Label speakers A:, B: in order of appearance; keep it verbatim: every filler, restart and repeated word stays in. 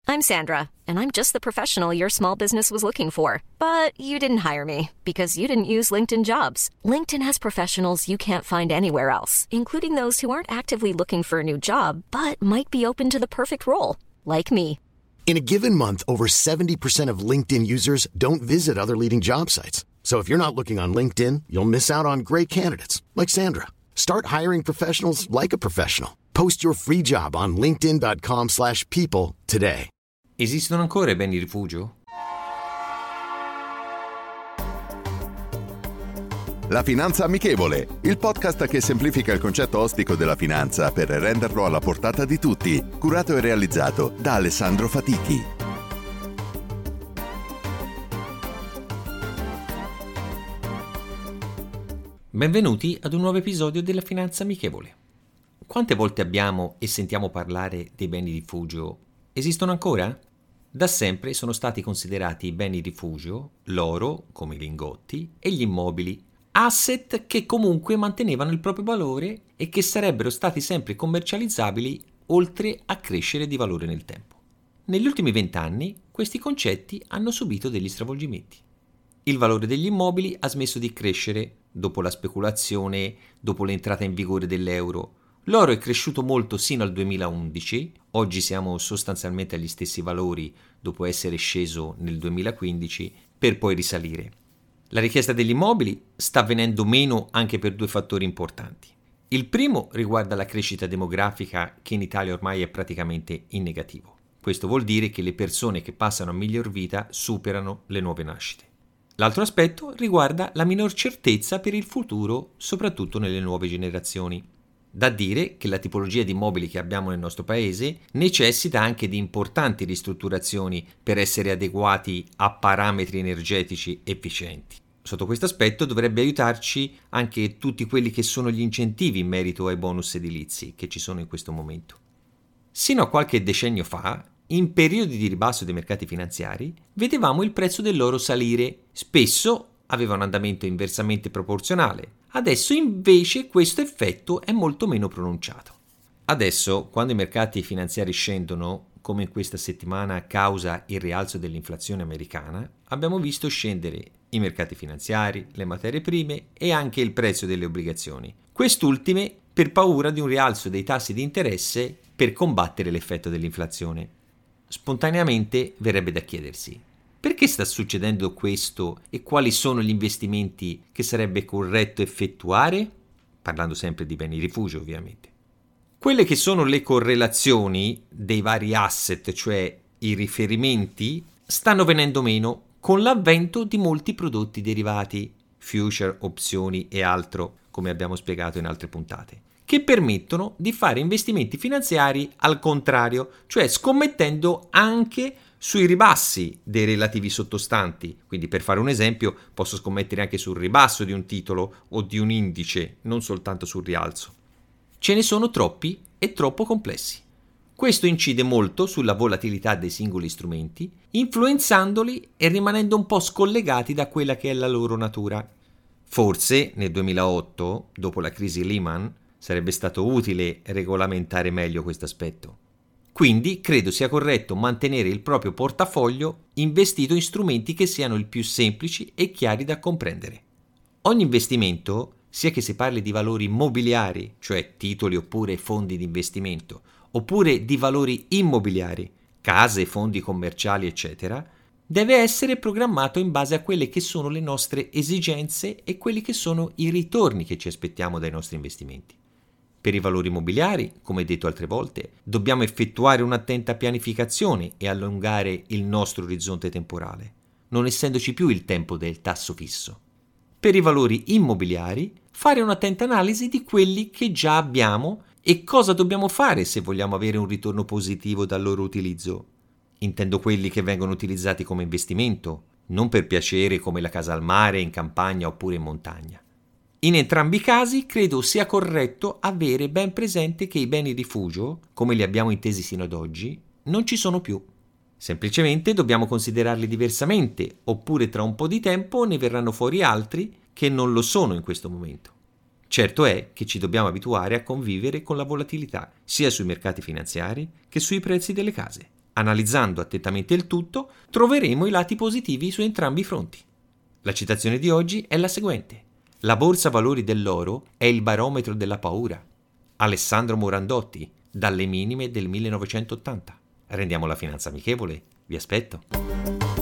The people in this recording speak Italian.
A: I'm Sandra, and I'm just the professional your small business was looking for. But you didn't hire me because you didn't use LinkedIn Jobs. LinkedIn has professionals you can't find anywhere else, including those who aren't actively looking for a new job, but might be open to the perfect role, like me.
B: In a given month, over seventy percent of LinkedIn users don't visit other leading job sites. So if you're not looking on LinkedIn, you'll miss out on great candidates like Sandra. Start hiring professionals like a professional. Post your free job on linkedin.com slash people today.
C: Esistono ancora i beni rifugio?
D: La Finanza Amichevole, il podcast che semplifica il concetto ostico della finanza per renderlo alla portata di tutti, curato e realizzato da Alessandro Fatichi.
C: Benvenuti ad un nuovo episodio della Finanza Amichevole. Quante volte abbiamo e sentiamo parlare dei beni rifugio? Esistono ancora? Da sempre sono stati considerati beni rifugio l'oro, come i lingotti, e gli immobili, asset che comunque mantenevano il proprio valore e che sarebbero stati sempre commercializzabili oltre a crescere di valore nel tempo. Negli ultimi vent'anni questi concetti hanno subito degli stravolgimenti. Il valore degli immobili ha smesso di crescere dopo la speculazione, dopo l'entrata in vigore dell'euro. L'oro è cresciuto molto sino al duemilaundici, oggi siamo sostanzialmente agli stessi valori dopo essere sceso nel duemilaquindici, per poi risalire. La richiesta degli immobili sta avvenendo meno anche per due fattori importanti. Il primo riguarda la crescita demografica che in Italia ormai è praticamente in negativo. Questo vuol dire che le persone che passano a miglior vita superano le nuove nascite. L'altro aspetto riguarda la minor certezza per il futuro, soprattutto nelle nuove generazioni. Da dire che la tipologia di immobili che abbiamo nel nostro paese necessita anche di importanti ristrutturazioni per essere adeguati a parametri energetici efficienti. Sotto questo aspetto dovrebbe aiutarci anche tutti quelli che sono gli incentivi in merito ai bonus edilizi che ci sono in questo momento. Sino a qualche decennio fa, in periodi di ribasso dei mercati finanziari, vedevamo il prezzo dell'oro salire. Spesso aveva un andamento inversamente proporzionale. Adesso invece questo effetto è molto meno pronunciato. Adesso, quando i mercati finanziari scendono, come in questa settimana a causa il rialzo dell'inflazione americana, abbiamo visto scendere i mercati finanziari, le materie prime e anche il prezzo delle obbligazioni. Quest'ultime per paura di un rialzo dei tassi di interesse per combattere l'effetto dell'inflazione. Spontaneamente verrebbe da chiedersi: perché sta succedendo questo e quali sono gli investimenti che sarebbe corretto effettuare? Parlando sempre di beni rifugio, ovviamente. Quelle che sono le correlazioni dei vari asset, cioè i riferimenti, stanno venendo meno con l'avvento di molti prodotti derivati, future, opzioni e altro, come abbiamo spiegato in altre puntate, che permettono di fare investimenti finanziari al contrario, cioè scommettendo anche sui ribassi dei relativi sottostanti. Quindi, per fare un esempio, posso scommettere anche sul ribasso di un titolo o di un indice, non soltanto sul rialzo. Ce ne sono troppi e troppo complessi. Questo incide molto sulla volatilità dei singoli strumenti, influenzandoli e rimanendo un po' scollegati da quella che è la loro natura. Forse nel duemilaotto, dopo la crisi Lehman, sarebbe stato utile regolamentare meglio questo aspetto. Quindi credo sia corretto mantenere il proprio portafoglio investito in strumenti che siano il più semplici e chiari da comprendere. Ogni investimento, sia che si parli di valori mobiliari, cioè titoli oppure fondi di investimento, oppure di valori immobiliari, case, fondi commerciali, eccetera, deve essere programmato in base a quelle che sono le nostre esigenze e quelli che sono i ritorni che ci aspettiamo dai nostri investimenti. Per i valori immobiliari, come detto altre volte, dobbiamo effettuare un'attenta pianificazione e allungare il nostro orizzonte temporale, non essendoci più il tempo del tasso fisso. Per i valori immobiliari, fare un'attenta analisi di quelli che già abbiamo e cosa dobbiamo fare se vogliamo avere un ritorno positivo dal loro utilizzo. Intendo quelli che vengono utilizzati come investimento, non per piacere come la casa al mare, in campagna oppure in montagna. In entrambi i casi credo sia corretto avere ben presente che i beni rifugio, come li abbiamo intesi sino ad oggi, non ci sono più. Semplicemente dobbiamo considerarli diversamente, oppure tra un po' di tempo ne verranno fuori altri che non lo sono in questo momento. Certo è che ci dobbiamo abituare a convivere con la volatilità, sia sui mercati finanziari che sui prezzi delle case, Analizzando attentamente il tutto, troveremo i lati positivi su entrambi i fronti. La citazione di oggi è la seguente: la borsa valori dell'oro è il barometro della paura. Alessandro Morandotti, dalle minime del millenovecentottanta. Rendiamo la finanza amichevole. Vi aspetto.